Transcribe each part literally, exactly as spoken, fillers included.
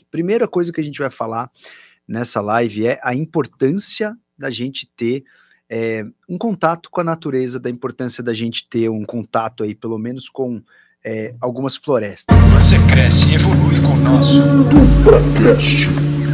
Primeira coisa que a gente vai falar nessa live é a importância da gente ter é, um contato com a natureza, da importância da gente ter um contato aí, pelo menos com é, algumas florestas. Você cresce e evolui com o nosso DupraCast.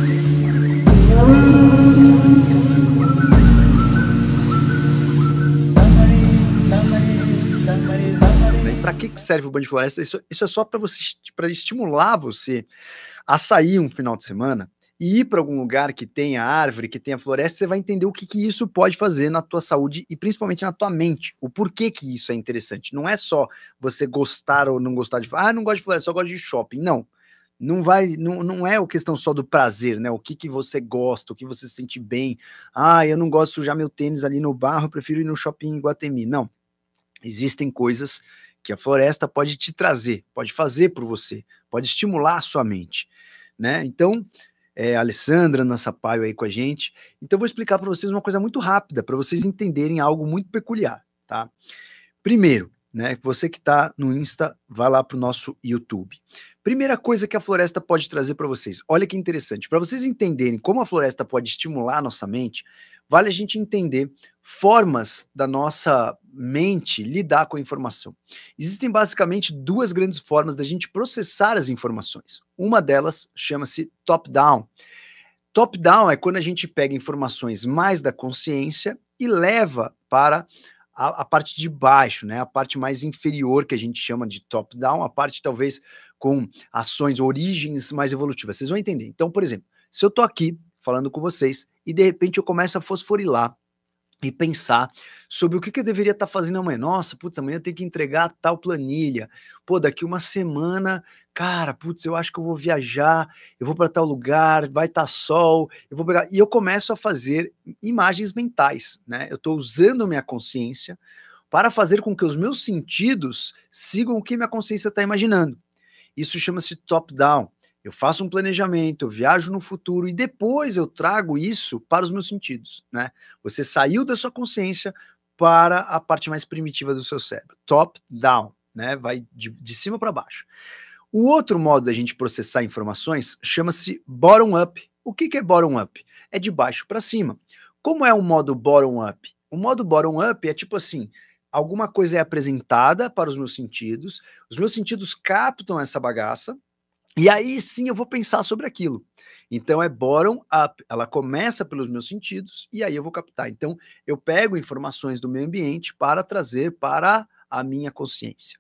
Para que serve o banho de floresta? Isso, isso é só para você, para estimular você a sair um final de semana e ir para algum lugar que tenha árvore, que tenha floresta. Você vai entender o que, que isso pode fazer na tua saúde e principalmente na tua mente. O porquê que isso é interessante. Não é só você gostar ou não gostar de... Ah, não gosto de floresta, só gosto de shopping. Não. Não vai, não, não é a questão só do prazer, né? O que, que você gosta, o que você se sente bem. Ah, eu não gosto de sujar meu tênis ali no barro, eu prefiro ir no shopping em Iguatemi. Não. Existem coisas que a floresta pode te trazer, pode fazer por você, pode estimular a sua mente, né? Então, é, a Alessandra Ana Sampaio aí com a gente. Então, eu vou explicar para vocês uma coisa muito rápida, para vocês entenderem algo muito peculiar, tá? Primeiro, né, você que está no Insta, vai lá para o nosso YouTube. Primeira coisa que a floresta pode trazer para vocês. Olha que interessante. Para vocês entenderem como a floresta pode estimular a nossa mente, vale a gente entender formas da nossa mente lidar com a informação. Existem basicamente duas grandes formas da gente processar as informações. Uma delas chama-se top-down. Top-down é quando a gente pega informações mais da consciência e leva para a, a parte de baixo, né? A parte mais inferior que a gente chama de top-down, a parte talvez com ações, origens mais evolutivas. Vocês vão entender. Então, por exemplo, se eu estou aqui falando com vocês e de repente eu começo a fosforilar e pensar sobre o que, que eu deveria estar fazendo amanhã. Nossa, putz, amanhã eu tenho que entregar tal planilha. Pô, daqui uma semana, cara, putz, eu acho que eu vou viajar, eu vou para tal lugar, vai estar sol, eu vou pegar... E eu começo a fazer imagens mentais, né? Eu estou usando a minha consciência para fazer com que os meus sentidos sigam o que minha consciência está imaginando. Isso chama-se top-down. Eu faço um planejamento, eu viajo no futuro e depois eu trago isso para os meus sentidos, né? Você saiu da sua consciência para a parte mais primitiva do seu cérebro. Top down, né? Vai de, de cima para baixo. O outro modo da gente processar informações chama-se bottom up. O que, que é bottom up? É de baixo para cima. Como é o modo bottom up? O modo bottom up é tipo assim, alguma coisa é apresentada para os meus sentidos, os meus sentidos captam essa bagaça, e aí sim eu vou pensar sobre aquilo. Então é bottom up, ela começa pelos meus sentidos e aí eu vou captar. Então eu pego informações do meio ambiente para trazer para a minha consciência.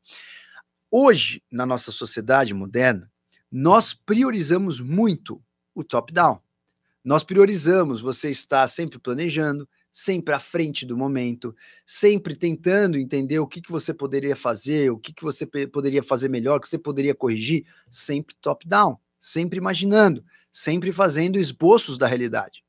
Hoje, na nossa sociedade moderna, nós priorizamos muito o top-down. Nós priorizamos você estar sempre planejando, sempre à frente do momento, sempre tentando entender o que, que você poderia fazer, o que, que você poderia fazer melhor, o que você poderia corrigir, sempre top-down, sempre imaginando, sempre fazendo esboços da realidade.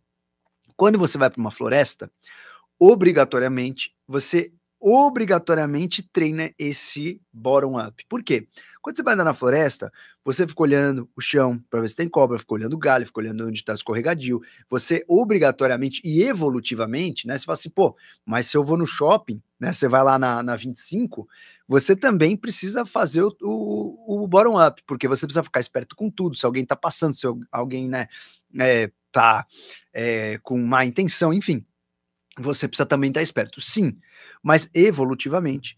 Quando você vai para uma floresta, obrigatoriamente, você obrigatoriamente treina esse bottom-up. Por quê? Quando você vai andar na floresta, você fica olhando o chão para ver se tem cobra, fica olhando o galho, fica olhando onde está escorregadio. Você obrigatoriamente e evolutivamente, né? Você fala assim, pô, mas se eu vou no shopping, né? Você vai lá na, na vinte e cinco, você também precisa fazer o, o, o bottom-up, porque você precisa ficar esperto com tudo. Se alguém está passando, se alguém, né, é, tá é, com má intenção, enfim. Você precisa também estar esperto, sim, mas evolutivamente,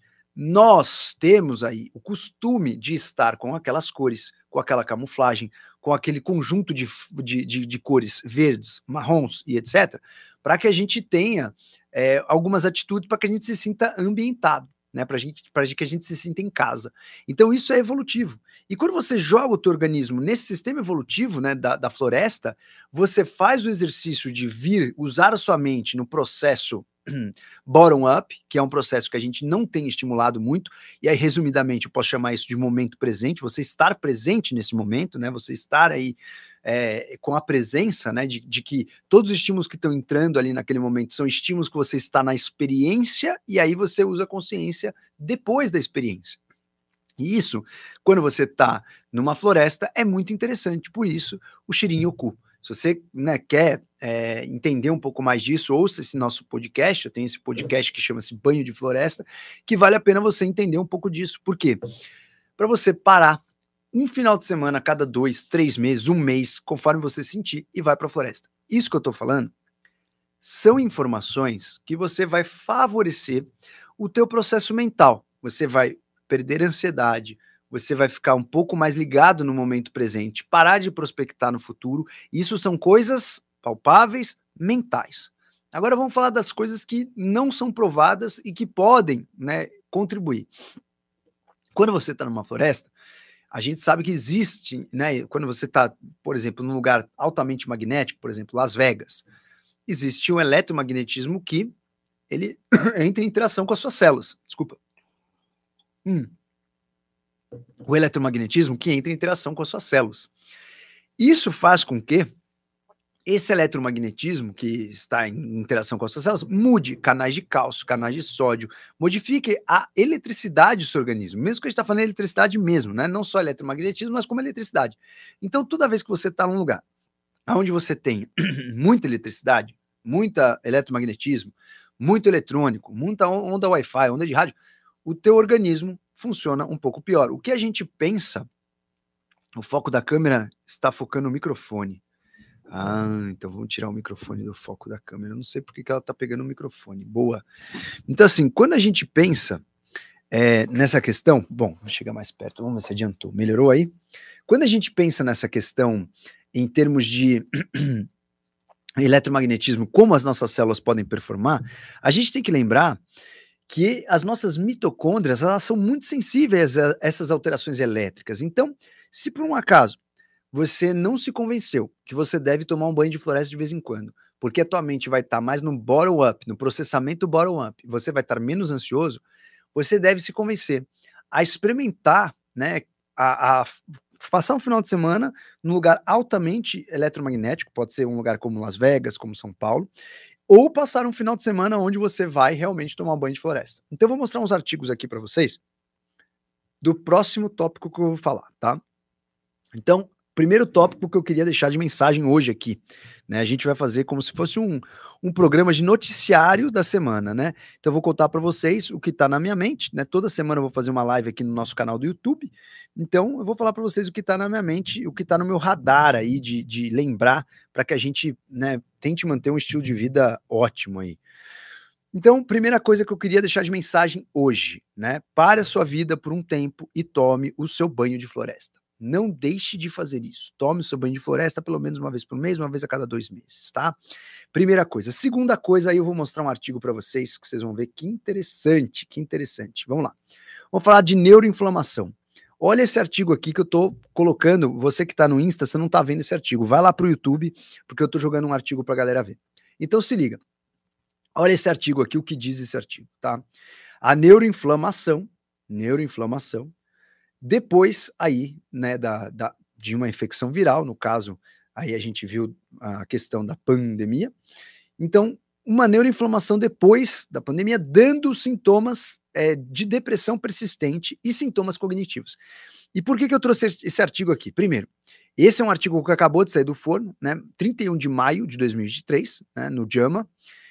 nós temos aí o costume de estar com aquelas cores, com aquela camuflagem, com aquele conjunto de, de, de, de cores verdes, marrons e etcétera, para que a gente tenha é, algumas atitudes para que a gente se sinta ambientado, né, para gente, para que a gente se sinta em casa. Então isso é evolutivo. E quando você joga o teu organismo nesse sistema evolutivo, né, da, da floresta, você faz o exercício de vir usar a sua mente no processo bottom-up, que é um processo que a gente não tem estimulado muito, e aí, resumidamente, eu posso chamar isso de momento presente, você estar presente nesse momento, né, você estar aí é, com a presença, né, de, de que todos os estímulos que estão entrando ali naquele momento são estímulos que você está na experiência, e aí você usa a consciência depois da experiência. E isso, quando você está numa floresta, é muito interessante, por isso o Shirin-Yoku. Se você, né, quer é, entender um pouco mais disso, ouça esse nosso podcast. Eu tenho esse podcast que chama-se Banho de Floresta, que vale a pena você entender um pouco disso. Por quê? Para você parar um final de semana a cada dois, três meses, um mês, conforme você sentir, e vai para a floresta. Isso que eu estou falando são informações que você vai favorecer o teu processo mental. Você vai perder a ansiedade, você vai ficar um pouco mais ligado no momento presente, parar de prospectar no futuro. Isso são coisas palpáveis, mentais. Agora vamos falar das coisas que não são provadas e que podem, né, contribuir. Quando você está numa floresta, a gente sabe que existe, né, quando você está, por exemplo, num lugar altamente magnético, por exemplo, Las Vegas, existe um eletromagnetismo que ele entra em interação com as suas células. Desculpa. Hum. O eletromagnetismo que entra em interação com as suas células. Isso faz com que esse eletromagnetismo que está em interação com as suas células mude canais de cálcio, canais de sódio, modifique a eletricidade do seu organismo, mesmo que a gente está falando de eletricidade mesmo, né? Não só eletromagnetismo, mas como eletricidade. Então, toda vez que você está num lugar onde você tem muita eletricidade, muita eletromagnetismo, muito eletrônico, muita onda Wi-Fi, onda de rádio, o teu organismo funciona um pouco pior. O que a gente pensa, o foco da câmera está focando no microfone. Ah, então vamos tirar o microfone do foco da câmera. Eu não sei porque que ela está pegando o microfone. Boa. Então, assim, quando a gente pensa é, nessa questão, bom, vou chegar mais perto, vamos ver se adiantou. Melhorou aí? Quando a gente pensa nessa questão em termos de eletromagnetismo, como as nossas células podem performar, a gente tem que lembrar que as nossas mitocôndrias, elas são muito sensíveis a essas alterações elétricas. Então, se por um acaso você não se convenceu que você deve tomar um banho de floresta de vez em quando, porque a tua mente vai estar mais no bottom-up, no processamento bottom-up, você vai estar menos ansioso, você deve se convencer a experimentar, né, a, a passar um final de semana num lugar altamente eletromagnético, pode ser um lugar como Las Vegas, como São Paulo, ou passar um final de semana onde você vai realmente tomar um banho de floresta. Então eu vou mostrar uns artigos aqui para vocês do próximo tópico que eu vou falar, tá? Então, primeiro tópico que eu queria deixar de mensagem hoje aqui, né? A gente vai fazer como se fosse um, um programa de noticiário da semana, né? Então eu vou contar para vocês o que está na minha mente, né? Toda semana eu vou fazer uma live aqui no nosso canal do YouTube. Então eu vou falar para vocês o que está na minha mente, o que está no meu radar aí de, de lembrar para que a gente, né, tente manter um estilo de vida ótimo aí. Então, primeira coisa que eu queria deixar de mensagem hoje, né? Pare a sua vida por um tempo e tome o seu banho de floresta. Não deixe de fazer isso. Tome o seu banho de floresta pelo menos uma vez por mês, uma vez a cada dois meses, tá? Primeira coisa. Segunda coisa, aí eu vou mostrar um artigo para vocês, que vocês vão ver que interessante, que interessante. Vamos lá. Vamos falar de neuroinflamação. Olha esse artigo aqui que eu tô colocando. Você que tá no Insta, você não tá vendo esse artigo. Vai lá pro YouTube, porque eu tô jogando um artigo pra galera ver. Então se liga. Olha esse artigo aqui, o que diz esse artigo, tá? A neuroinflamação, neuroinflamação, depois aí, né, da, da, de uma infecção viral, no caso, aí a gente viu a questão da pandemia. Então, uma neuroinflamação depois da pandemia, dando sintomas é, de depressão persistente e sintomas cognitivos. E por que que eu trouxe esse artigo aqui? Primeiro, esse é um artigo que acabou de sair do forno, né, trinta e um de maio de dois mil e vinte e três, né, no JAMA,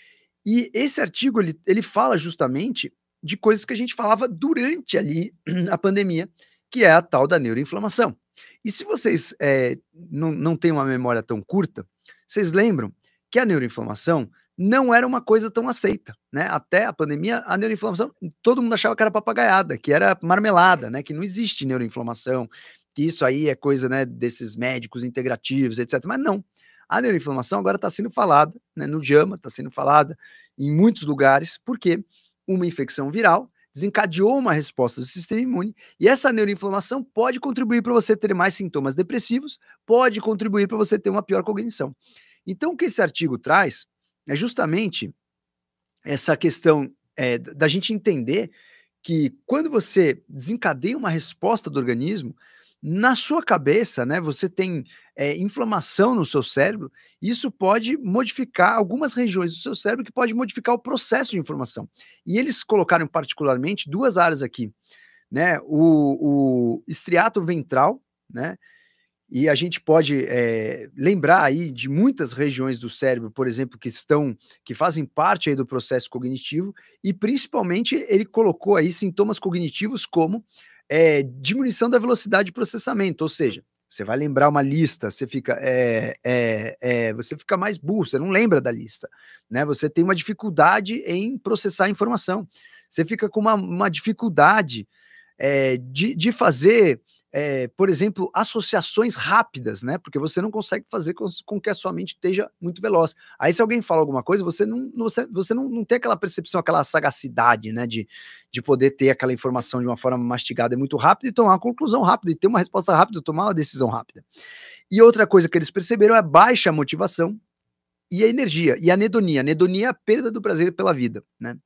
e esse artigo, ele, ele fala justamente de coisas que a gente falava durante ali a pandemia, que é a tal da neuroinflamação. E se vocês é, não, não têm uma memória tão curta, vocês lembram que a neuroinflamação não era uma coisa tão aceita, né? Até a pandemia, a neuroinflamação, todo mundo achava que era papagaiada, que era marmelada, né? Que não existe neuroinflamação, que isso aí é coisa, né, desses médicos integrativos, etcétera. Mas não. A neuroinflamação agora está sendo falada, né, no JAMA, está sendo falada em muitos lugares, porque uma infecção viral desencadeou uma resposta do sistema imune, e essa neuroinflamação pode contribuir para você ter mais sintomas depressivos, pode contribuir para você ter uma pior cognição. Então, o que esse artigo traz é justamente essa questão é, da gente entender que quando você desencadeia uma resposta do organismo, na sua cabeça, né, você tem é, inflamação no seu cérebro, isso pode modificar algumas regiões do seu cérebro que pode modificar o processo de informação. E eles colocaram particularmente duas áreas aqui, né, o, o estriato ventral, né, e a gente pode é, lembrar aí de muitas regiões do cérebro, por exemplo, que estão, que fazem parte aí do processo cognitivo, e principalmente ele colocou aí sintomas cognitivos como é, diminuição da velocidade de processamento, ou seja, você vai lembrar uma lista, você fica, é, é, é, você fica mais burro, você não lembra da lista, né? Você tem uma dificuldade em processar a informação, você fica com uma, uma dificuldade é, de, de fazer, é, por exemplo, associações rápidas, né? Porque você não consegue fazer com, com que a sua mente esteja muito veloz. Aí se alguém fala alguma coisa, você não, você, você não, não tem aquela percepção, aquela sagacidade, né? De, de poder ter aquela informação de uma forma mastigada e muito rápida e tomar uma conclusão rápida, e ter uma resposta rápida, tomar uma decisão rápida. E outra coisa que eles perceberam é a baixa motivação e a energia, e a anedonia. A anedonia é a perda do prazer pela vida, né?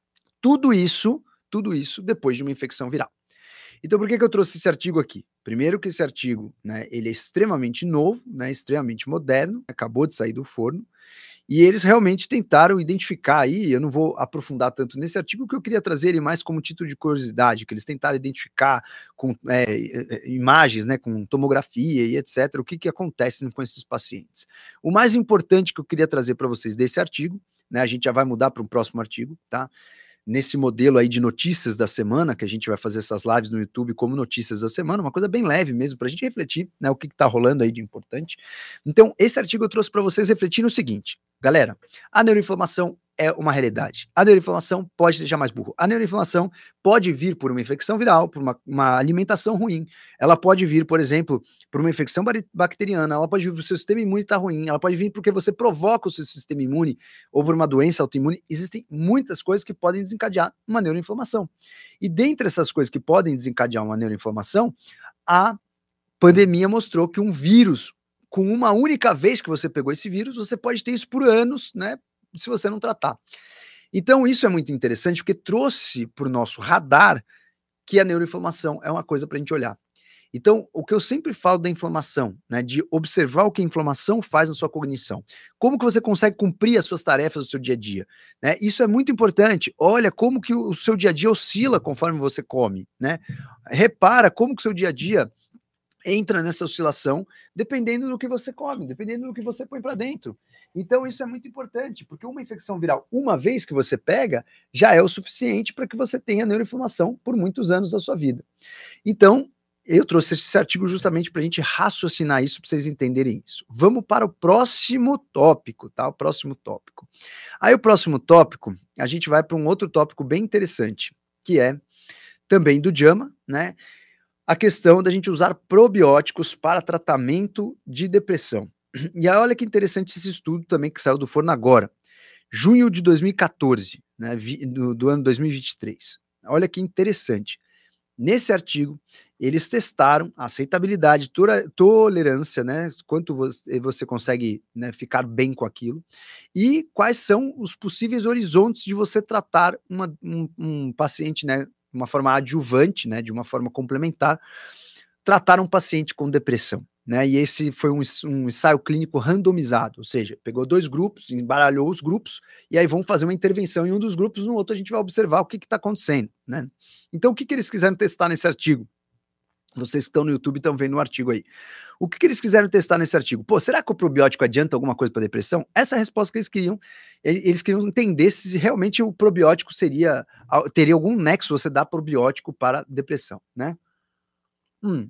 Tudo isso, tudo isso depois de uma infecção viral. Então, por que, que eu trouxe esse artigo aqui? Primeiro que esse artigo, né, ele é extremamente novo, né, extremamente moderno, acabou de sair do forno, e eles realmente tentaram identificar aí, eu não vou aprofundar tanto nesse artigo, que eu queria trazer ele mais como título de curiosidade, que eles tentaram identificar com é, imagens, né, com tomografia e etcétera, o que, que acontece com esses pacientes. O mais importante que eu queria trazer para vocês desse artigo, né, a gente já vai mudar para um próximo artigo, tá? Nesse modelo aí de notícias da semana, que a gente vai fazer essas lives no YouTube como notícias da semana, uma coisa bem leve mesmo, para a gente refletir, né, o que está rolando aí de importante. Então, esse artigo eu trouxe para vocês refletir no seguinte, galera, a neuroinflamação é uma realidade. A neuroinflamação pode deixar mais burro. A neuroinflamação pode vir por uma infecção viral, por uma, uma alimentação ruim. Ela pode vir, por exemplo, por uma infecção bacteriana. Ela pode vir porque o seu sistema imune está ruim. Ela pode vir porque você provoca o seu sistema imune ou por uma doença autoimune. Existem muitas coisas que podem desencadear uma neuroinflamação. E dentre essas coisas que podem desencadear uma neuroinflamação, a pandemia mostrou que um vírus, com uma única vez que você pegou esse vírus, você pode ter isso por anos, né? Se você não tratar. Então, isso é muito interessante, porque trouxe para o nosso radar que a neuroinflamação é uma coisa para a gente olhar. Então, o que eu sempre falo da inflamação, né, de observar o que a inflamação faz na sua cognição. Como que você consegue cumprir as suas tarefas do seu dia a dia, né? Isso é muito importante. Olha como que o seu dia a dia oscila conforme você come, né? Repara como que o seu dia a dia entra nessa oscilação, dependendo do que você come, dependendo do que você põe para dentro. Então, isso é muito importante, porque uma infecção viral, uma vez que você pega, já é o suficiente para que você tenha neuroinflamação por muitos anos da sua vida. Então, eu trouxe esse artigo justamente para a gente raciocinar isso, para vocês entenderem isso. Vamos para o próximo tópico, tá? O próximo tópico. Aí, o próximo tópico, a gente vai para um outro tópico bem interessante, que é também do JAMA, né? A questão da gente usar probióticos para tratamento de depressão. E aí, olha que interessante esse estudo também que saiu do forno agora, junho de dois mil e quatorze, né, do, do ano dois mil e vinte e três. Olha que interessante. Nesse artigo, eles testaram a aceitabilidade, tolerância, né, quanto você, você consegue, né, ficar bem com aquilo, e quais são os possíveis horizontes de você tratar uma, um, um paciente, né, de uma forma adjuvante, né, de uma forma complementar, tratar um paciente com depressão, né, e esse foi um, um ensaio clínico randomizado, ou seja, pegou dois grupos, embaralhou os grupos, e aí vão fazer uma intervenção em um dos grupos, no outro a gente vai observar o que está acontecendo, né. Então, o que, que eles quiseram testar nesse artigo? Vocês que estão no YouTube estão vendo o artigo aí. O que, que eles quiseram testar nesse artigo? Pô, será que o probiótico adianta alguma coisa para depressão? Essa é a resposta que eles queriam. Eles queriam entender se realmente o probiótico seria, teria algum nexo você dar probiótico para depressão, né? Hum.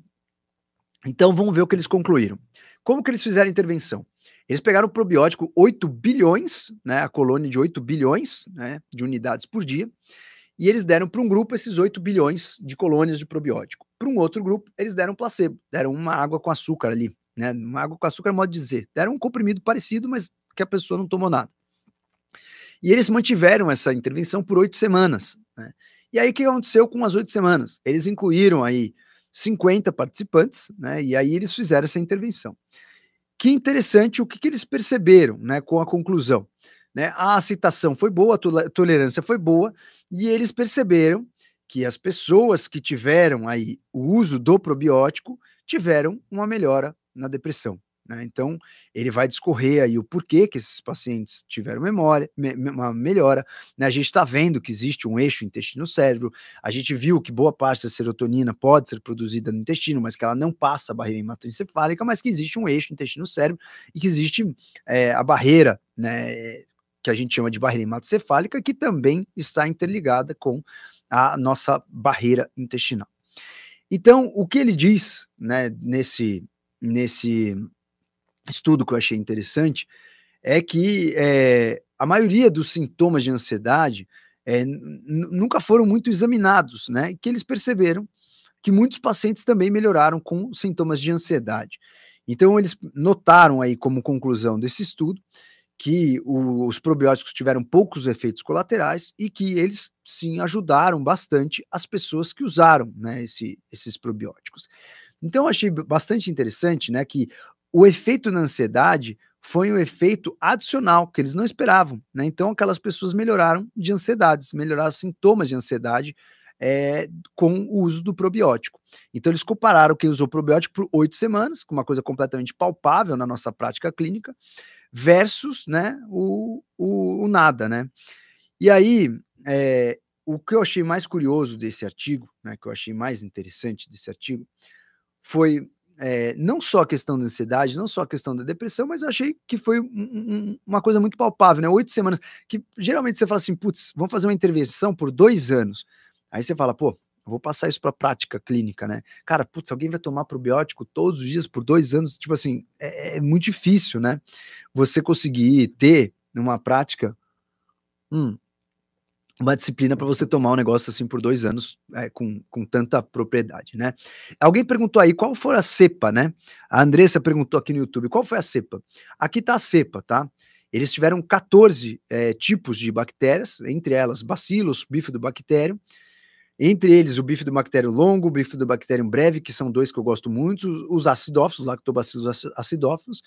Então vamos ver o que eles concluíram. Como que eles fizeram a intervenção? Eles pegaram o probiótico oito bilhões, né, a colônia de oito bilhões, né, de unidades por dia, e eles deram para um grupo esses oito bilhões de colônias de probiótico. Para um outro grupo, eles deram placebo, deram uma água com açúcar ali, né? Uma água com açúcar, modo de dizer. Deram um comprimido parecido, mas que a pessoa não tomou nada. E eles mantiveram essa intervenção por oito semanas, né? E aí, o que aconteceu com as oito semanas? Eles incluíram aí cinquenta participantes, né? E aí eles fizeram essa intervenção. Que interessante o que, que eles perceberam, né? Com a conclusão. Né, a aceitação foi boa, a tolerância foi boa, e eles perceberam que as pessoas que tiveram aí o uso do probiótico tiveram uma melhora na depressão. Né? Então, ele vai discorrer aí o porquê que esses pacientes tiveram memória, me, uma melhora. Né? A gente está vendo que existe um eixo intestino-cérebro, a gente viu que boa parte da serotonina pode ser produzida no intestino, mas que ela não passa a barreira hematoencefálica, mas que existe um eixo intestino-cérebro e que existe é, a barreira, né, que a gente chama de barreira hematoencefálica, que também está interligada com a nossa barreira intestinal. Então, o que ele diz, né, nesse, nesse estudo que eu achei interessante, é que é, a maioria dos sintomas de ansiedade é, nunca foram muito examinados, né? E que eles perceberam que muitos pacientes também melhoraram com sintomas de ansiedade. Então, eles notaram aí como conclusão desse estudo que o, os probióticos tiveram poucos efeitos colaterais e que eles, sim, ajudaram bastante as pessoas que usaram, né, esse, esses probióticos. Então, eu achei bastante interessante, né, que o efeito na ansiedade foi um efeito adicional, que eles não esperavam, né? Então, aquelas pessoas melhoraram de ansiedades, melhoraram sintomas de ansiedade é, com o uso do probiótico. Então, eles compararam quem usou probiótico por oito semanas, com uma coisa completamente palpável na nossa prática clínica, versus, né, o, o, o nada, né? E aí, é, o que eu achei mais curioso desse artigo, né, que eu achei mais interessante desse artigo, foi é, não só a questão da ansiedade, não só a questão da depressão, mas eu achei que foi um, um, uma coisa muito palpável, né? Oito semanas, que geralmente você fala assim, putz, vamos fazer uma intervenção por dois anos. Aí você fala, pô, eu vou passar isso para a prática clínica, né? Cara, putz, alguém vai tomar probiótico todos os dias por dois anos? Tipo assim, é, é muito difícil, né? Você conseguir ter numa prática hum, uma disciplina para você tomar um negócio assim por dois anos é, com, com tanta propriedade, né? Alguém perguntou aí qual foi a cepa, né? A Andressa perguntou aqui no YouTube, qual foi a cepa? Aqui tá a cepa, tá? Eles tiveram quatorze é, tipos de bactérias, entre elas bacilos, bifidobacterium, entre eles o bifidobacterium longo, o bifidobacterium breve, que são dois que eu gosto muito, os acidófilos, lactobacillus acidófilos,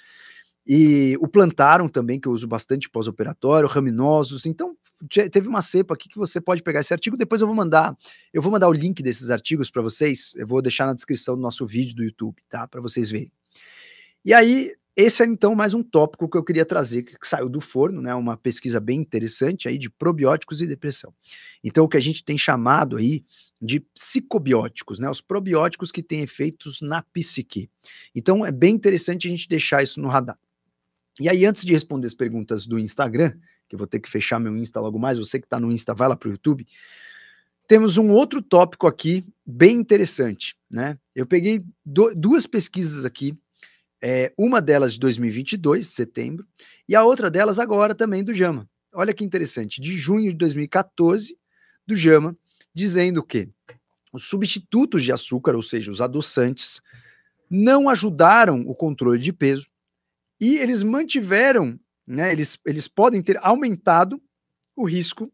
e o plantarum também, que eu uso bastante pós-operatório, raminosos. Então, teve uma cepa aqui que você pode pegar esse artigo, depois eu vou mandar, eu vou mandar o link desses artigos para vocês, eu vou deixar na descrição do nosso vídeo do YouTube, tá? Para vocês verem. E aí, esse é então mais um tópico que eu queria trazer, que saiu do forno, né? Uma pesquisa bem interessante aí de probióticos e depressão. Então, o que a gente tem chamado aí de psicobióticos, né? Os probióticos que têm efeitos na psique. Então, é bem interessante a gente deixar isso no radar. E aí, antes de responder as perguntas do Instagram, que eu vou ter que fechar meu Insta logo mais, você que está no Insta, vai lá para o YouTube, temos um outro tópico aqui bem interessante, né? Eu peguei do, duas pesquisas aqui, é, uma delas de dois mil e vinte e dois, setembro, e a outra delas agora também do JAMA. Olha que interessante, de junho de dois mil e quatorze, do JAMA, dizendo que os substitutos de açúcar, ou seja, os adoçantes, não ajudaram o controle de peso, e eles mantiveram, né, eles, eles podem ter aumentado o risco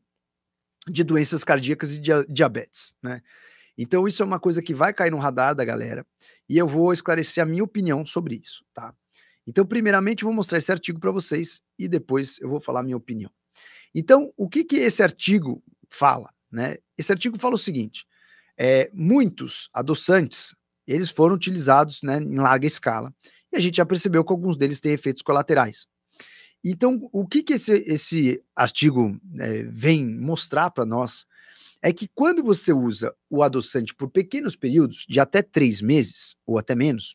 de doenças cardíacas e de diabetes, né? Então isso é uma coisa que vai cair no radar da galera e eu vou esclarecer a minha opinião sobre isso, tá? Então, primeiramente, eu vou mostrar esse artigo para vocês e depois eu vou falar a minha opinião. Então, o que que esse artigo fala, né? Esse artigo fala o seguinte, é, muitos adoçantes, eles foram utilizados, né, em larga escala, e a gente já percebeu que alguns deles têm efeitos colaterais. Então, o que, que esse, esse artigo é, vem mostrar para nós é que quando você usa o adoçante por pequenos períodos, de até três meses, ou até menos,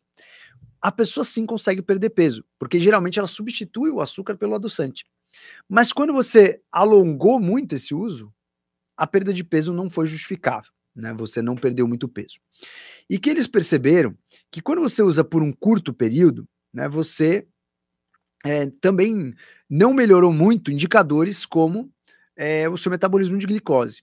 a pessoa sim consegue perder peso, porque geralmente ela substitui o açúcar pelo adoçante. Mas quando você alongou muito esse uso, a perda de peso não foi justificável, né? Você não perdeu muito peso. E que eles perceberam que quando você usa por um curto período, né, você é, também não melhorou muito indicadores como é, o seu metabolismo de glicose.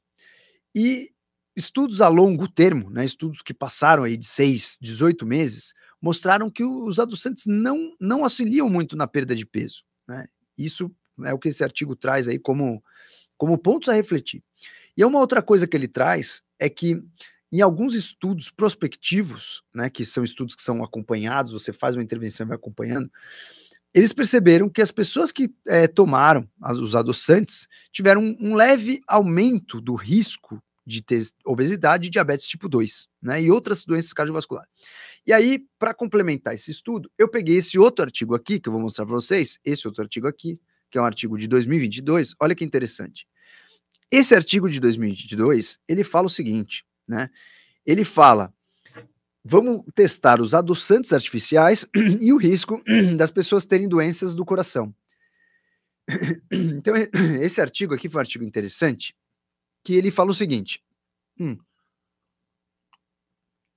E estudos a longo termo, né, estudos que passaram aí de seis, dezoito meses, mostraram que os adoçantes não, não auxiliam muito na perda de peso, né? Isso é o que esse artigo traz aí como, como pontos a refletir. E uma outra coisa que ele traz é que em alguns estudos prospectivos, né, que são estudos que são acompanhados, você faz uma intervenção e vai acompanhando, eles perceberam que as pessoas que é, tomaram as, os adoçantes tiveram um, um leve aumento do risco de ter obesidade e diabetes tipo dois, né, e outras doenças cardiovasculares. E aí, para complementar esse estudo, eu peguei esse outro artigo aqui, que eu vou mostrar para vocês, esse outro artigo aqui, que é um artigo de dois mil e vinte e dois, olha que interessante. Esse artigo de dois mil e vinte e dois, ele fala o seguinte, né, ele fala, vamos testar os adoçantes artificiais e o risco das pessoas terem doenças do coração. Então, esse artigo aqui foi um artigo interessante, que ele fala o seguinte, hum,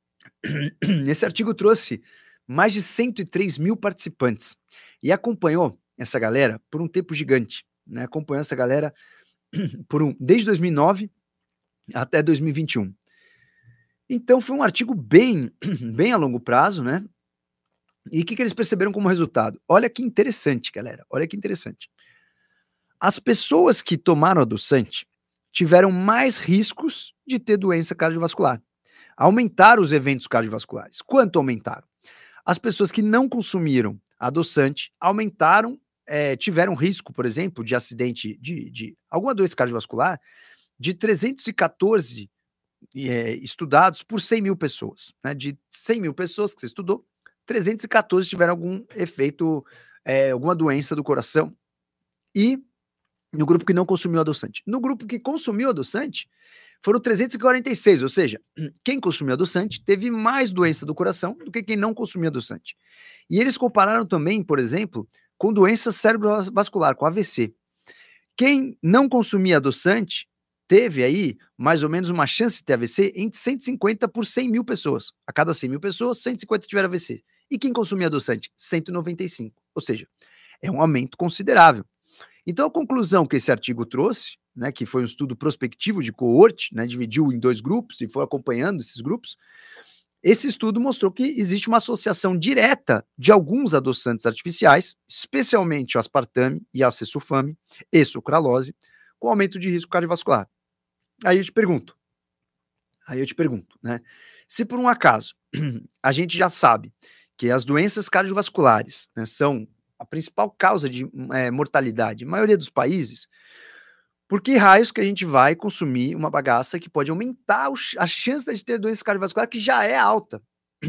Esse artigo trouxe mais de cento e três mil participantes e acompanhou essa galera por um tempo gigante, né? Acompanhou essa galera por um, desde dois mil e nove até dois mil e vinte e um. Então foi um artigo bem, bem a longo prazo, né? E o que, que eles perceberam como resultado? Olha que interessante, galera. Olha que interessante. As pessoas que tomaram adoçante tiveram mais riscos de ter doença cardiovascular. Aumentaram os eventos cardiovasculares. Quanto aumentaram? As pessoas que não consumiram adoçante aumentaram, é, tiveram risco, por exemplo, de acidente de, de alguma doença cardiovascular de trezentos e quatorze é, estudados por cem mil pessoas. Né? De cem mil pessoas que você estudou, trezentos e quatorze tiveram algum efeito, é, alguma doença do coração. E no grupo que não consumiu adoçante. No grupo que consumiu adoçante, foram trezentos e quarenta e seis, ou seja, quem consumiu adoçante teve mais doença do coração do que quem não consumiu adoçante. E eles compararam também, por exemplo, com doença cerebrovascular, com A V C. Quem não consumia adoçante teve aí mais ou menos uma chance de ter A V C entre cento e cinquenta por cem mil pessoas. A cada cem mil pessoas, cento e cinquenta tiveram A V C. E quem consumia adoçante? cento e noventa e cinco. Ou seja, é um aumento considerável. Então, a conclusão que esse artigo trouxe, né, que foi um estudo prospectivo de coorte, né, dividiu em dois grupos e foi acompanhando esses grupos, esse estudo mostrou que existe uma associação direta de alguns adoçantes artificiais, especialmente o aspartame e a acesulfame e sucralose, com aumento de risco cardiovascular. Aí eu te pergunto, aí eu te pergunto, né, se por um acaso a gente já sabe que as doenças cardiovasculares, né, são a principal causa de é, mortalidade na maioria dos países, por que raios que a gente vai consumir uma bagaça que pode aumentar a chance de ter doença cardiovascular, que já é alta?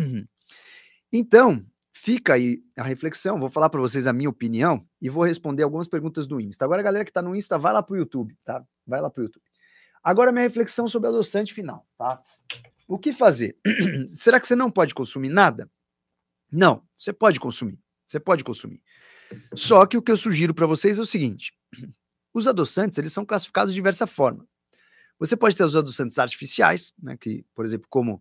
Então, fica aí a reflexão, vou falar para vocês a minha opinião e vou responder algumas perguntas do Insta. Agora, a galera que está no Insta, vai lá para o YouTube, tá? Vai lá para o YouTube. Agora, minha reflexão sobre adoçante final, tá? O que fazer? Será que você não pode consumir nada? Não, você pode consumir. Você pode consumir. Só que o que eu sugiro para vocês é o seguinte: os adoçantes, eles são classificados de diversa forma. Você pode ter os adoçantes artificiais, né, que, por exemplo, como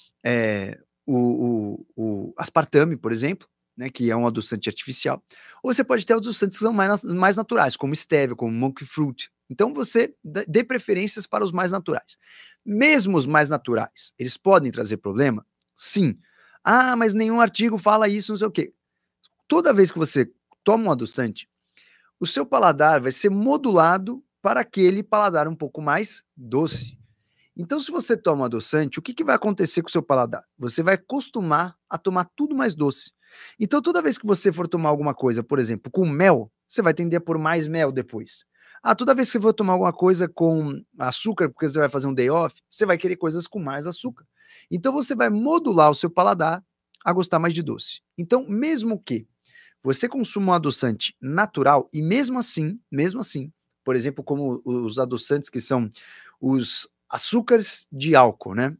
é, o, o, o aspartame, por exemplo, né, que é um adoçante artificial. Ou você pode ter adoçantes que são mais, mais naturais, como stevia, como monk fruit. Então você dê preferências para os mais naturais. Mesmo os mais naturais, eles podem trazer problema? Sim. Ah, mas nenhum artigo fala isso, não sei o quê. Toda vez que você toma um adoçante, o seu paladar vai ser modulado para aquele paladar um pouco mais doce. Então, se você toma adoçante, o que, que vai acontecer com o seu paladar? Você vai acostumar a tomar tudo mais doce. Então, toda vez que você for tomar alguma coisa, por exemplo, com mel, você vai tender a pôr mais mel depois. Ah, toda vez que você for tomar alguma coisa com açúcar, porque você vai fazer um day off, você vai querer coisas com mais açúcar. Então, você vai modular o seu paladar a gostar mais de doce. Então, mesmo que você consuma um adoçante natural, e mesmo assim, mesmo assim, por exemplo, como os adoçantes que são os açúcares de álcool, né?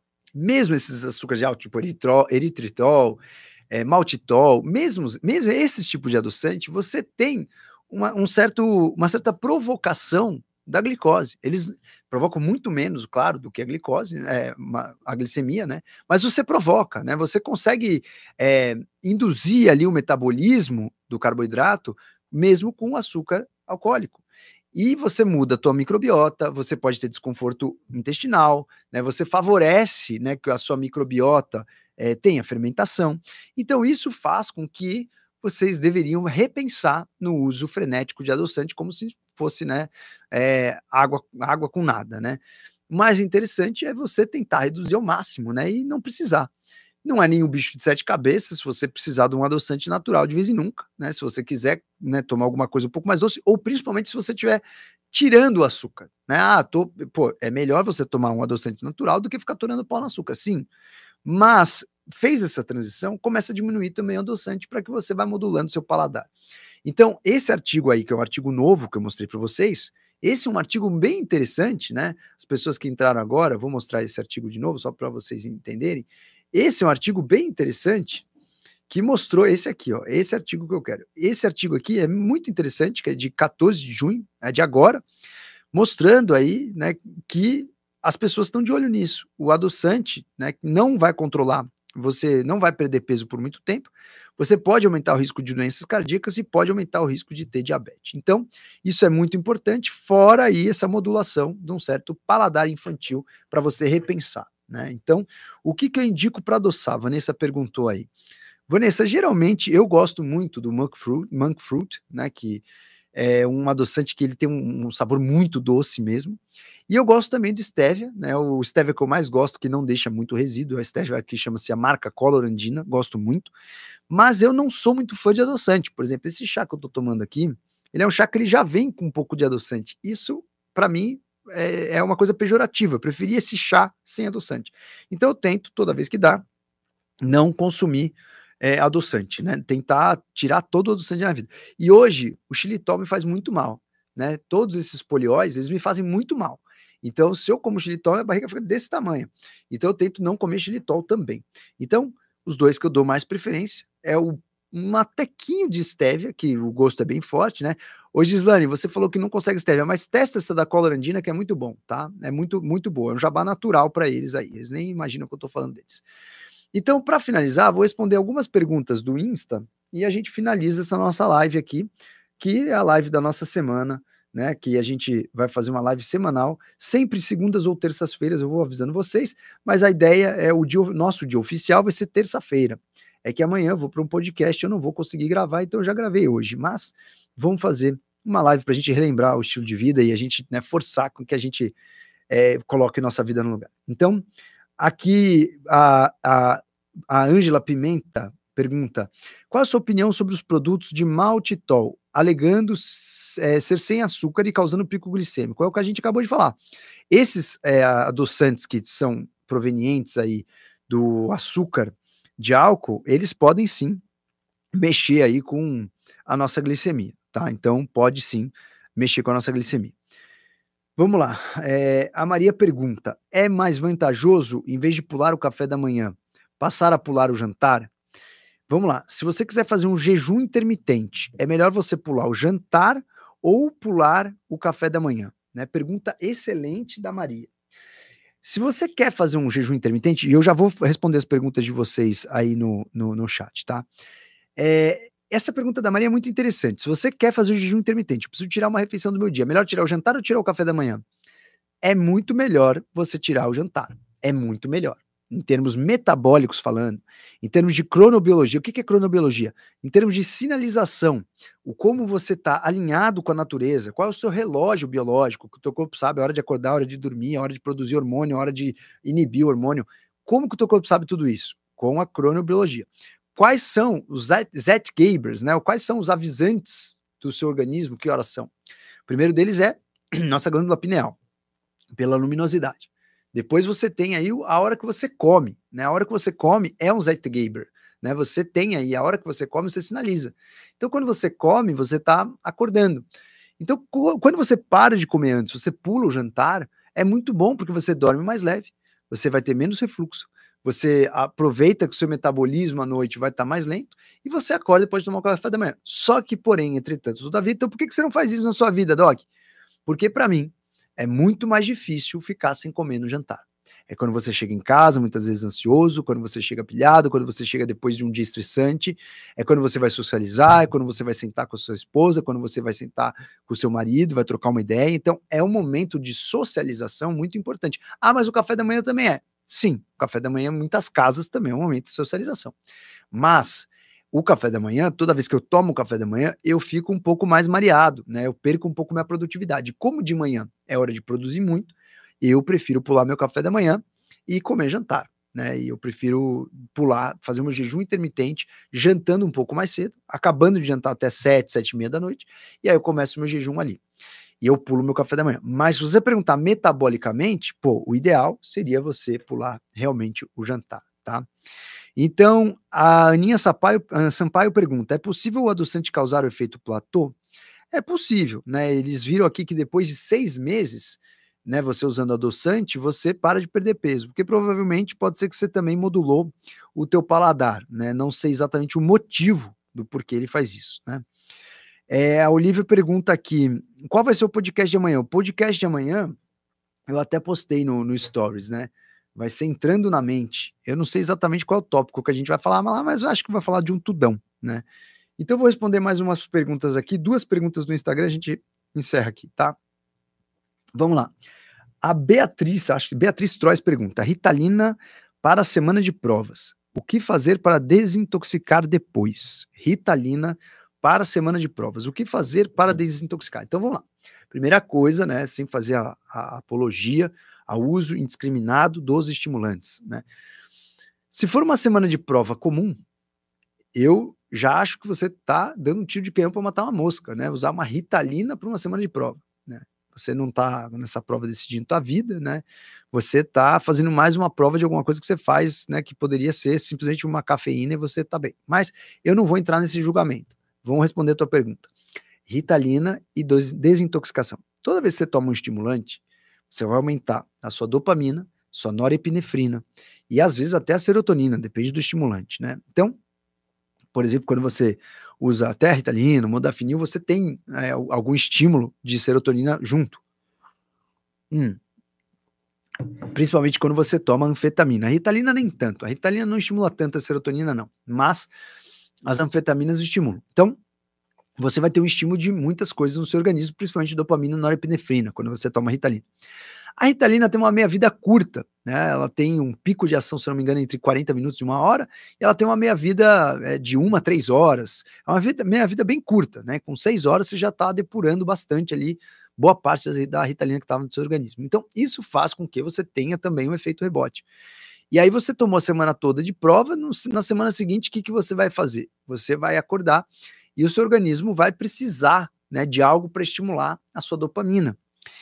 Mesmo esses açúcares de álcool, tipo eritritol, eritritol é, maltitol, mesmo, mesmo esses tipos de adoçante, você tem uma, um certo, uma certa provocação da glicose. Eles provocam muito menos, claro, do que a glicose, é, uma, a glicemia, né? Mas você provoca, né? Você consegue é, induzir ali o metabolismo do carboidrato, mesmo com açúcar alcoólico. E você muda a tua microbiota, você pode ter desconforto intestinal, né? Você favorece, né, que a sua microbiota é, tenha fermentação. Então isso faz com que vocês deveriam repensar no uso frenético de adoçante, como se fosse, né, é, água, água com nada, né? O mais interessante é você tentar reduzir ao máximo, né, e não precisar. Não é nenhum bicho de sete cabeças, se você precisar de um adoçante natural de vez em nunca, né? Se você quiser, né, tomar alguma coisa um pouco mais doce, ou principalmente se você estiver tirando o açúcar, né? Ah, tô, pô, é melhor você tomar um adoçante natural do que ficar torando pau no açúcar, sim. Mas fez essa transição, começa a diminuir também o adoçante para que você vá modulando seu paladar. Então, esse artigo aí, que é um artigo novo que eu mostrei para vocês, esse é um artigo bem interessante, né? As pessoas que entraram agora, vou mostrar esse artigo de novo, só para vocês entenderem. Esse é um artigo bem interessante que mostrou esse aqui, ó, esse artigo que eu quero. Esse artigo aqui é muito interessante, que é de quatorze de junho, é de agora, mostrando aí, né, que as pessoas estão de olho nisso. O adoçante, né, não vai controlar, você não vai perder peso por muito tempo, você pode aumentar o risco de doenças cardíacas e pode aumentar o risco de ter diabetes. Então, isso é muito importante, fora aí essa modulação de um certo paladar infantil para você repensar, né? Então, o que, que eu indico para adoçar? Vanessa perguntou aí. Vanessa, geralmente eu gosto muito do monk fruit, monk fruit, né, que é um adoçante que ele tem um, um sabor muito doce mesmo. E eu gosto também do stevia, né? O stevia que eu mais gosto, que não deixa muito resíduo, a stevia aqui chama-se a marca Colorandina, gosto muito. Mas eu não sou muito fã de adoçante. Por exemplo, esse chá que eu tô tomando aqui, ele é um chá que ele já vem com um pouco de adoçante. Isso, para mim, é, é uma coisa pejorativa. Eu preferia esse chá sem adoçante. Então eu tento, toda vez que dá, não consumir é, adoçante, né? Tentar tirar todo o adoçante da minha vida. E hoje, o xilitol me faz muito mal, né? Todos esses polióis, eles me fazem muito mal. Então, se eu como xilitol, minha barriga fica desse tamanho. Então, eu tento não comer xilitol também. Então, os dois que eu dou mais preferência é o um tequinho de stevia, que o gosto é bem forte, né? Ô, Gislane, você falou que não consegue stevia, mas testa essa da Colorandina, que é muito bom, tá? É muito, muito boa. É um jabá natural para eles aí. Eles nem imaginam que eu tô falando deles. Então, para finalizar, vou responder algumas perguntas do Insta e a gente finaliza essa nossa live aqui, que é a live da nossa semana, né? Que a gente vai fazer uma live semanal, sempre segundas ou terças-feiras, eu vou avisando vocês, mas a ideia é o dia, nosso dia oficial vai ser terça-feira. É que amanhã eu vou para um podcast, eu não vou conseguir gravar, então eu já gravei hoje, mas vamos fazer uma live para a gente relembrar o estilo de vida e a gente, né, forçar com que a gente é, coloque nossa vida no lugar. Então, aqui a, a, a Ângela Pimenta pergunta: qual a sua opinião sobre os produtos de maltitol, alegando é, ser sem açúcar e causando pico glicêmico? É o que a gente acabou de falar. Esses é, adoçantes que são provenientes aí do açúcar de álcool, eles podem sim mexer aí com a nossa glicemia, tá? Então pode sim mexer com a nossa glicemia. Vamos lá, é, a Maria pergunta: é mais vantajoso, em vez de pular o café da manhã, passar a pular o jantar? Vamos lá, se você quiser fazer um jejum intermitente, é melhor você pular o jantar ou pular o café da manhã? Né? Pergunta excelente da Maria. Se você quer fazer um jejum intermitente, e eu já vou responder as perguntas de vocês aí no, no, no chat, tá? É, essa pergunta da Maria é muito interessante. Se você quer fazer um jejum intermitente, eu preciso tirar uma refeição do meu dia, melhor tirar o jantar ou tirar o café da manhã? É muito melhor você tirar o jantar. É muito melhor. Em termos metabólicos falando, em termos de cronobiologia. O que é cronobiologia? Em termos de sinalização, o como você está alinhado com a natureza, qual é o seu relógio biológico, que o teu corpo sabe a hora de acordar, a hora de dormir, a hora de produzir hormônio, a hora de inibir o hormônio. Como que o teu corpo sabe tudo isso? Com a cronobiologia. Quais são os Zeitgebers, né? Quais são os avisantes do seu organismo? Que horas são? O primeiro deles é nossa glândula pineal, pela luminosidade. Depois você tem aí a hora que você come, né? A hora que você come é um Zeitgeber, né? Você tem aí a hora que você come, você sinaliza. Então, quando você come, você está acordando. Então, quando você para de comer antes, você pula o jantar, é muito bom porque você dorme mais leve, você vai ter menos refluxo, você aproveita que o seu metabolismo à noite vai estar mais lento e você acorda e pode tomar um café da manhã. Só que, porém, entretanto, todavia, então por que você não faz isso na sua vida, Doc? Porque, para mim, é muito mais difícil ficar sem comer no jantar. É quando você chega em casa, muitas vezes ansioso, quando você chega pilhado, quando você chega depois de um dia estressante, é quando você vai socializar, é quando você vai sentar com a sua esposa, quando você vai sentar com o seu marido, vai trocar uma ideia. Então, é um momento de socialização muito importante. Ah, mas o café da manhã também é. Sim, o café da manhã, em muitas casas, também é um momento de socialização. Mas o café da manhã, toda vez que eu tomo o café da manhã, eu fico um pouco mais mareado, né? Eu perco um pouco minha produtividade. Como de manhã é hora de produzir muito, eu prefiro pular meu café da manhã e comer jantar, né? E eu prefiro pular, fazer um jejum intermitente, jantando um pouco mais cedo, acabando de jantar até sete, sete e meia da noite, e aí eu começo o meu jejum ali. E eu pulo meu café da manhã. Mas se você perguntar metabolicamente, pô, o ideal seria você pular realmente o jantar, tá? Então, a Aninha Sampaio, Sampaio pergunta: é possível o adoçante causar o efeito platô? É possível, né? Eles viram aqui que depois de seis meses, né, você usando adoçante, você para de perder peso, porque provavelmente pode ser que você também modulou o teu paladar, né? Não sei exatamente o motivo do porquê ele faz isso, né? É, a Olivia pergunta aqui: qual vai ser o podcast de amanhã? O podcast de amanhã eu até postei no, no Stories, né? Vai ser entrando na mente. Eu não sei exatamente qual é o tópico que a gente vai falar, mas eu acho que vai falar de um tudão, né? Então eu vou responder mais umas perguntas aqui, duas perguntas do Instagram, a gente encerra aqui, tá? Vamos lá. A Beatriz, acho que Beatriz Trois pergunta: Ritalina para a semana de provas. O que fazer para desintoxicar depois? Ritalina para a semana de provas. O que fazer para desintoxicar? Então vamos lá. Primeira coisa, né, sem fazer a, a apologia ao uso indiscriminado dos estimulantes, né? Se for uma semana de prova comum, eu já acho que você está dando um tiro de canhão para matar uma mosca, né? Usar uma Ritalina para uma semana de prova, né? Você não está nessa prova decidindo tua vida, né? Você está fazendo mais uma prova de alguma coisa que você faz, né? Que poderia ser simplesmente uma cafeína e você está bem. Mas eu não vou entrar nesse julgamento. Vamos responder a tua pergunta. Ritalina e desintoxicação. Toda vez que você toma um estimulante, você vai aumentar a sua dopamina, sua norepinefrina e às vezes até a serotonina, depende do estimulante, né? Então, por exemplo, quando você usa até a Ritalina, o modafinil, você tem é, algum estímulo de serotonina junto. Hum. Principalmente quando você toma anfetamina. A Ritalina nem tanto. A Ritalina não estimula tanto a serotonina, não. Mas as anfetaminas estimulam. Então, você vai ter um estímulo de muitas coisas no seu organismo, principalmente dopamina e norepinefrina, quando você toma Ritalina. A Ritalina tem uma meia-vida curta, né? Ela tem um pico de ação, se não me engano, entre quarenta minutos e uma hora, e ela tem uma meia-vida é, de uma a três horas. É uma meia-vida bem curta, né? Com seis horas você já está depurando bastante ali boa parte da Ritalina que estava no seu organismo. Então, isso faz com que você tenha também um efeito rebote. E aí você tomou a semana toda de prova, no, na semana seguinte, o que, que você vai fazer? Você vai acordar e o seu organismo vai precisar, né, de algo para estimular a sua dopamina.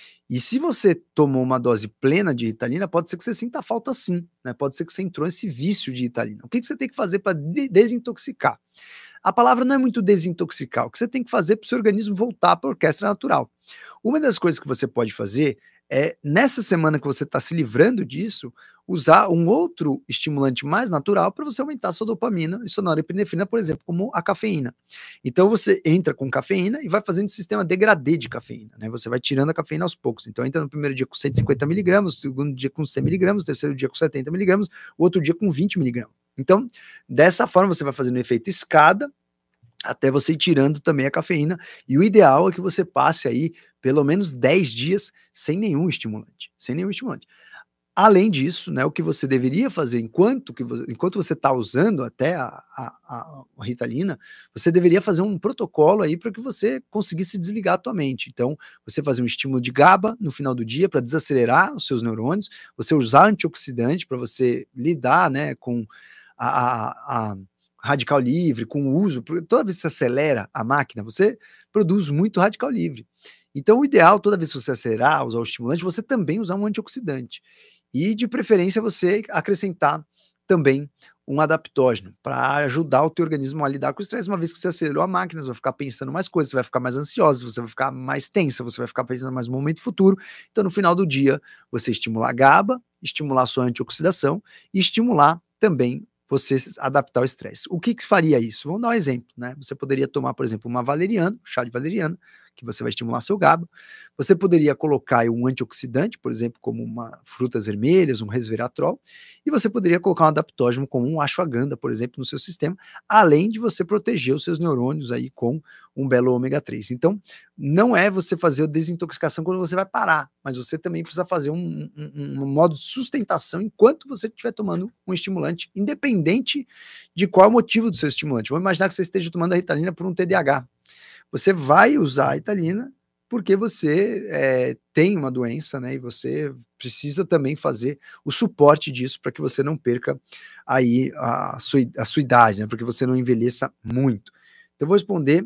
E se você tomou uma dose plena de Ritalina, pode ser que você sinta falta sim, né? Pode ser que você entrou nesse vício de Ritalina. O que, que você tem que fazer para de desintoxicar? A palavra não é muito desintoxicar, o que você tem que fazer para o seu organismo voltar para a orquestra natural. Uma das coisas que você pode fazer é, nessa semana que você está se livrando disso, usar um outro estimulante mais natural para você aumentar a sua dopamina e sua norepinefrina, por exemplo, como a cafeína. Então você entra com cafeína e vai fazendo um sistema degradê de cafeína, né? Você vai tirando a cafeína aos poucos. Então entra no primeiro dia com cento e cinquenta miligramas, no segundo dia com cem miligramas, no terceiro dia com setenta miligramas, o outro dia com vinte miligramas. Então, dessa forma você vai fazendo o efeito escada, até você ir tirando também a cafeína, e o ideal é que você passe aí pelo menos dez dias sem nenhum estimulante, sem nenhum estimulante. Além disso, né, o que você deveria fazer enquanto, que você, enquanto você está usando até a, a, a Ritalina, você deveria fazer um protocolo aí para que você conseguisse desligar a tua mente. Então, você fazer um estímulo de GABA no final do dia para desacelerar os seus neurônios, você usar antioxidante para você lidar, né, com a, a, a radical livre, com o uso, toda vez que você acelera a máquina, você produz muito radical livre. Então, o ideal, toda vez que você acelerar, usar o estimulante, você também usar um antioxidante. E, de preferência, você acrescentar também um adaptógeno para ajudar o teu organismo a lidar com o estresse. Uma vez que você acelerou a máquina, você vai ficar pensando mais coisas, você vai ficar mais ansiosa, você vai ficar mais tensa, você vai ficar pensando mais no momento futuro. Então, no final do dia, você estimular a GABA, estimular a sua antioxidação e estimular também você adaptar ao estresse. O que que faria isso? Vamos dar um exemplo, né? Você poderia tomar, por exemplo, uma valeriana, chá de valeriana, que você vai estimular seu GABA. Você poderia colocar um antioxidante, por exemplo, como uma frutas vermelhas, um resveratrol, e você poderia colocar um adaptógeno como um ashwagandha, por exemplo, no seu sistema, além de você proteger os seus neurônios aí com um belo ômega três. Então, não é você fazer a desintoxicação quando você vai parar, mas você também precisa fazer um, um, um modo de sustentação enquanto você estiver tomando um estimulante, independente de qual é o motivo do seu estimulante. Vamos imaginar que você esteja tomando a Ritalina por um T D A H. Você vai usar a Ritalina porque você é, tem uma doença, né, e você precisa também fazer o suporte disso para que você não perca aí a sua, a sua idade, né, para que você não envelheça muito. Então, eu vou responder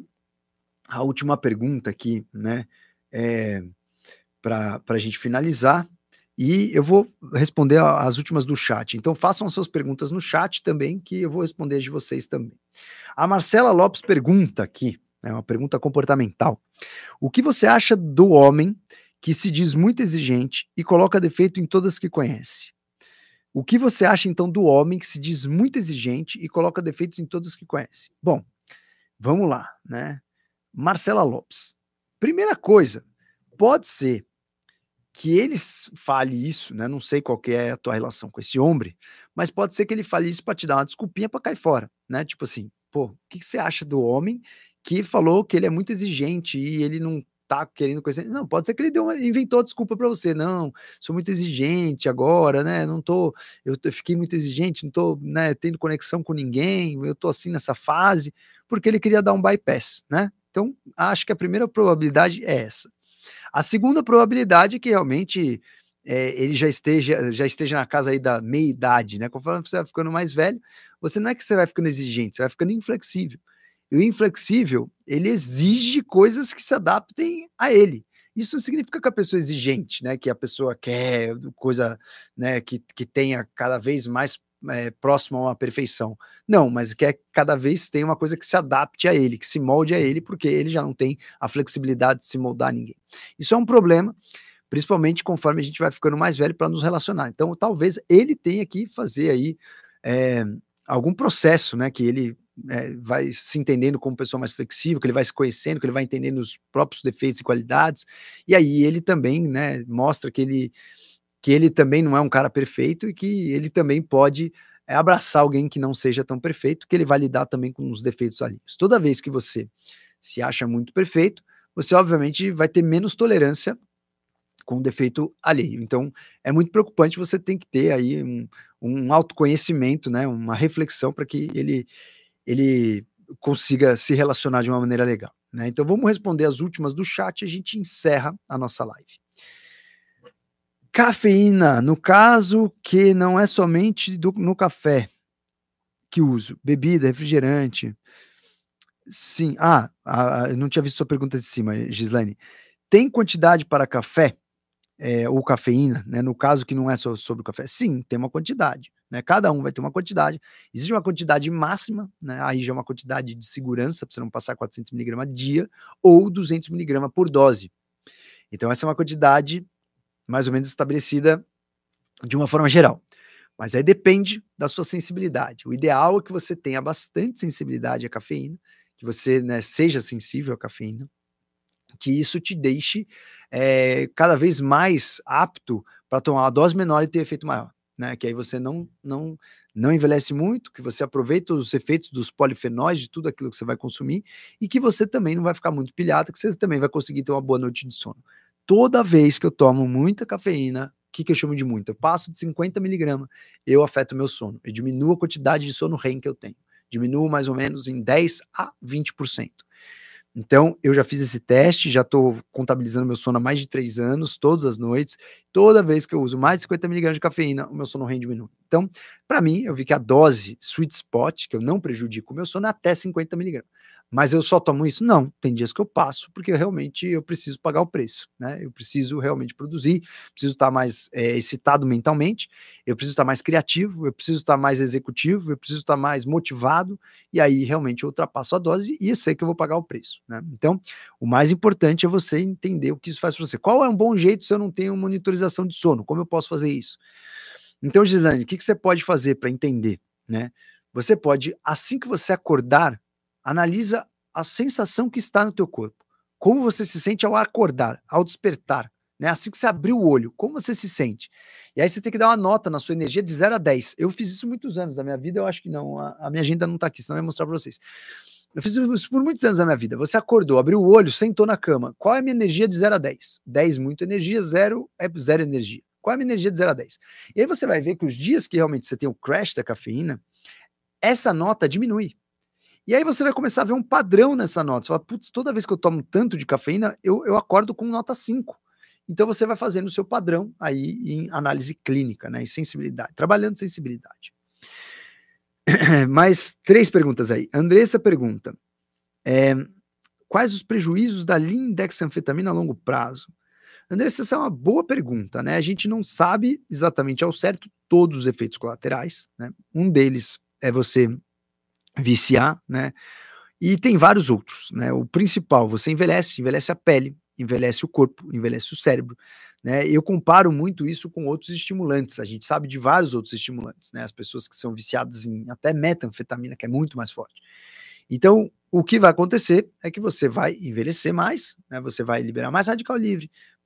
a última pergunta aqui, né, é, para a gente finalizar, e eu vou responder as últimas do chat. Então, façam as suas perguntas no chat também, que eu vou responder as de vocês também. A Marcela Lopes pergunta aqui, é uma pergunta comportamental. O que você acha do homem que se diz muito exigente e coloca defeito em todas que conhece? O que você acha, então, do homem que se diz muito exigente e coloca defeitos em todas que conhece? Bom, vamos lá, né? Marcela Lopes. Primeira coisa, pode ser que ele fale isso, né? Não sei qual que é a tua relação com esse homem, mas pode ser que ele fale isso para te dar uma desculpinha para cair fora, né? Tipo assim, pô, o que, que você acha do homem que falou que ele é muito exigente e ele não tá querendo coisa? Não, pode ser que ele deu uma, inventou a desculpa para você. Não, sou muito exigente agora, né? Não tô, eu, eu fiquei muito exigente, não tô, né, tendo conexão com ninguém, eu tô assim nessa fase, porque ele queria dar um bypass, né? Então, acho que a primeira probabilidade é essa. A segunda probabilidade é que realmente é, ele já esteja, já esteja na casa aí da meia-idade, né? Conforme você vai ficando mais velho, você não é que você vai ficando exigente, você vai ficando inflexível. E o inflexível, ele exige coisas que se adaptem a ele. Isso significa que a pessoa é exigente, né? Que a pessoa quer coisa, né? Que, que tenha cada vez mais é, próximo a uma perfeição. Não, mas quer cada vez tem uma coisa que se adapte a ele, que se molde a ele, porque ele já não tem a flexibilidade de se moldar a ninguém. Isso é um problema, principalmente conforme a gente vai ficando mais velho para nos relacionar. Então, talvez ele tenha que fazer aí é, algum processo, né? Que ele é, vai se entendendo como pessoa mais flexível, que ele vai se conhecendo, que ele vai entendendo os próprios defeitos e qualidades, e aí ele também, né, mostra que ele, que ele também não é um cara perfeito e que ele também pode é, abraçar alguém que não seja tão perfeito, que ele vai lidar também com os defeitos alheios. Toda vez que você se acha muito perfeito, você obviamente vai ter menos tolerância com o defeito alheio. Então, é muito preocupante, você tem que ter aí um, um autoconhecimento, né, uma reflexão para que ele ele consiga se relacionar de uma maneira legal, né? Então vamos responder as últimas do chat e a gente encerra a nossa live. Cafeína, no caso que não é somente do, no café que uso, bebida, refrigerante. Sim, ah, a, a, eu não tinha visto sua pergunta de cima, Gislaine. Tem quantidade para café? É, ou cafeína, né? No caso que não é só sobre o café, sim, tem uma quantidade, né? Cada um vai ter uma quantidade. Existe uma quantidade máxima, né? Aí já é uma quantidade de segurança para você não passar quatrocentos miligramas dia ou duzentos miligramas por dose. Então essa é uma quantidade mais ou menos estabelecida de uma forma geral. Mas aí depende da sua sensibilidade. O ideal é que você tenha bastante sensibilidade à cafeína, que você, né, seja sensível à cafeína, que isso te deixe é, cada vez mais apto para tomar uma dose menor e ter efeito maior, né? Que aí você não, não, não envelhece muito, que você aproveita os efeitos dos polifenóis, de tudo aquilo que você vai consumir, e que você também não vai ficar muito pilhado, que você também vai conseguir ter uma boa noite de sono. Toda vez que eu tomo muita cafeína, o que, que eu chamo de muito? Eu passo de cinquenta miligramas, eu afeto o meu sono, eu diminuo a quantidade de sono REM que eu tenho, diminuo mais ou menos em dez a vinte por cento. Então, eu já fiz esse teste, já estou contabilizando meu sono há mais de três anos, todas as noites. Toda vez que eu uso mais de cinquenta miligramas de cafeína, o meu sono REM diminui. Então, para mim, eu vi que a dose sweet spot, que eu não prejudico o meu sono, é até cinquenta miligramas. Mas eu só tomo isso? Não. Tem dias que eu passo, porque realmente eu preciso pagar o preço, né? Eu preciso realmente produzir, preciso estar mais é, excitado mentalmente, eu preciso estar mais criativo, eu preciso estar mais executivo, eu preciso estar mais motivado, e aí realmente eu ultrapasso a dose e eu sei que eu vou pagar o preço, né? Então, o mais importante é você entender o que isso faz para você. Qual é um bom jeito se eu não tenho monitorização de sono? Como eu posso fazer isso? Então, Gislaine, o que, que você pode fazer para entender, né? Você pode, assim que você acordar, analisa a sensação que está no teu corpo. Como você se sente ao acordar, ao despertar, né? Assim que você abrir o olho, como você se sente? E aí você tem que dar uma nota na sua energia de zero a dez. Eu fiz isso muitos anos da minha vida, eu acho que não, a, a minha agenda não está aqui, senão eu ia mostrar para vocês. Eu fiz isso por muitos anos da minha vida. Você acordou, abriu o olho, sentou na cama. Qual é a minha energia de zero a dez? dez muito energia, zero é zero energia. Qual é a minha energia de zero a dez? E aí você vai ver que os dias que realmente você tem o crash da cafeína, essa nota diminui. E aí você vai começar a ver um padrão nessa nota. Você fala, putz, toda vez que eu tomo tanto de cafeína, eu, eu acordo com nota cinco. Então você vai fazendo o seu padrão aí em análise clínica, né? Em sensibilidade, trabalhando sensibilidade. Mais três perguntas aí. Andressa pergunta, é, quais os prejuízos da lindexanfetamina a longo prazo? Andressa, essa é uma boa pergunta, né? A gente não sabe exatamente ao certo todos os efeitos colaterais, né? Um deles é você viciar, né? E tem vários outros, né? O principal, você envelhece, envelhece a pele, envelhece o corpo, envelhece o cérebro, né? Eu comparo muito isso com outros estimulantes. A gente sabe de vários outros estimulantes, né? As pessoas que são viciadas em até metanfetamina, que é muito mais forte. Então, o que vai acontecer é que você vai envelhecer mais, né? Você vai liberar mais radical livre,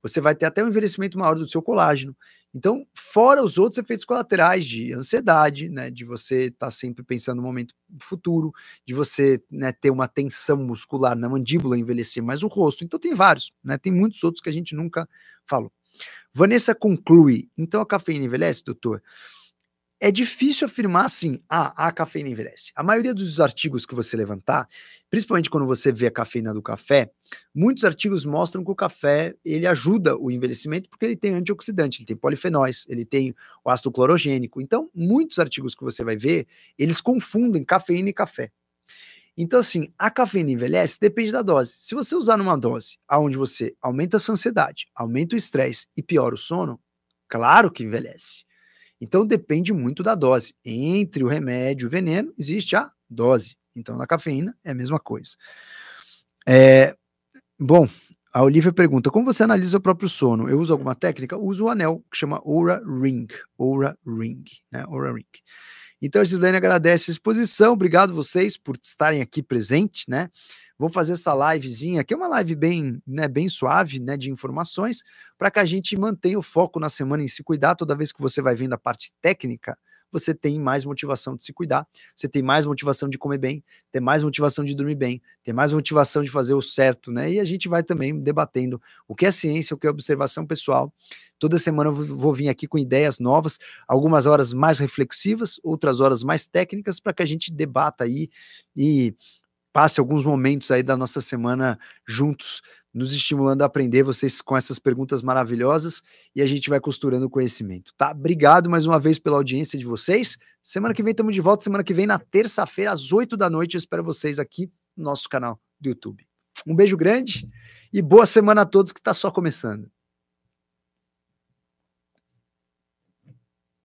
você vai ter até um envelhecimento maior do seu colágeno. Então, fora os outros efeitos colaterais de ansiedade, né, de você estar tá sempre pensando no momento futuro, de você, né, ter uma tensão muscular na mandíbula, envelhecer mais o rosto. Então, tem vários, né, tem muitos outros que a gente nunca falou. Vanessa conclui, então a cafeína envelhece, doutor? É difícil afirmar assim, ah, a cafeína envelhece. A maioria dos artigos que você levantar, principalmente quando você vê a cafeína do café, muitos artigos mostram que o café, ele ajuda o envelhecimento porque ele tem antioxidante, ele tem polifenóis, ele tem o ácido clorogênico. Então, muitos artigos que você vai ver, eles confundem cafeína e café. Então, assim, a cafeína envelhece depende da dose. Se você usar numa dose onde você aumenta a sua ansiedade, aumenta o estresse e piora o sono, claro que envelhece. Então depende muito da dose. Entre o remédio e o veneno, existe a dose. Então na cafeína é a mesma coisa. É, bom, a Olivia pergunta, como você analisa o próprio sono? Eu uso alguma técnica? Uso o anel que chama Oura Ring. Oura Ring, né? Oura Ring. Então a Gislaine agradece a exposição, obrigado vocês por estarem aqui presentes, né? Vou fazer essa livezinha, que é uma live bem, né, bem suave, né, de informações, para que a gente mantenha o foco na semana em se cuidar. Toda vez que você vai vendo a parte técnica, você tem mais motivação de se cuidar, você tem mais motivação de comer bem, tem mais motivação de dormir bem, tem mais motivação de fazer o certo, né? E a gente vai também debatendo o que é ciência, o que é observação pessoal. Toda semana eu vou vir aqui com ideias novas, algumas horas mais reflexivas, outras horas mais técnicas, para que a gente debata aí e passe alguns momentos aí da nossa semana juntos, nos estimulando a aprender, vocês com essas perguntas maravilhosas, e a gente vai costurando o conhecimento, tá? Obrigado mais uma vez pela audiência de vocês. Semana que vem estamos de volta, semana que vem na terça-feira, às oito da noite, eu espero vocês aqui no nosso canal do YouTube. Um beijo grande e boa semana a todos que está só começando.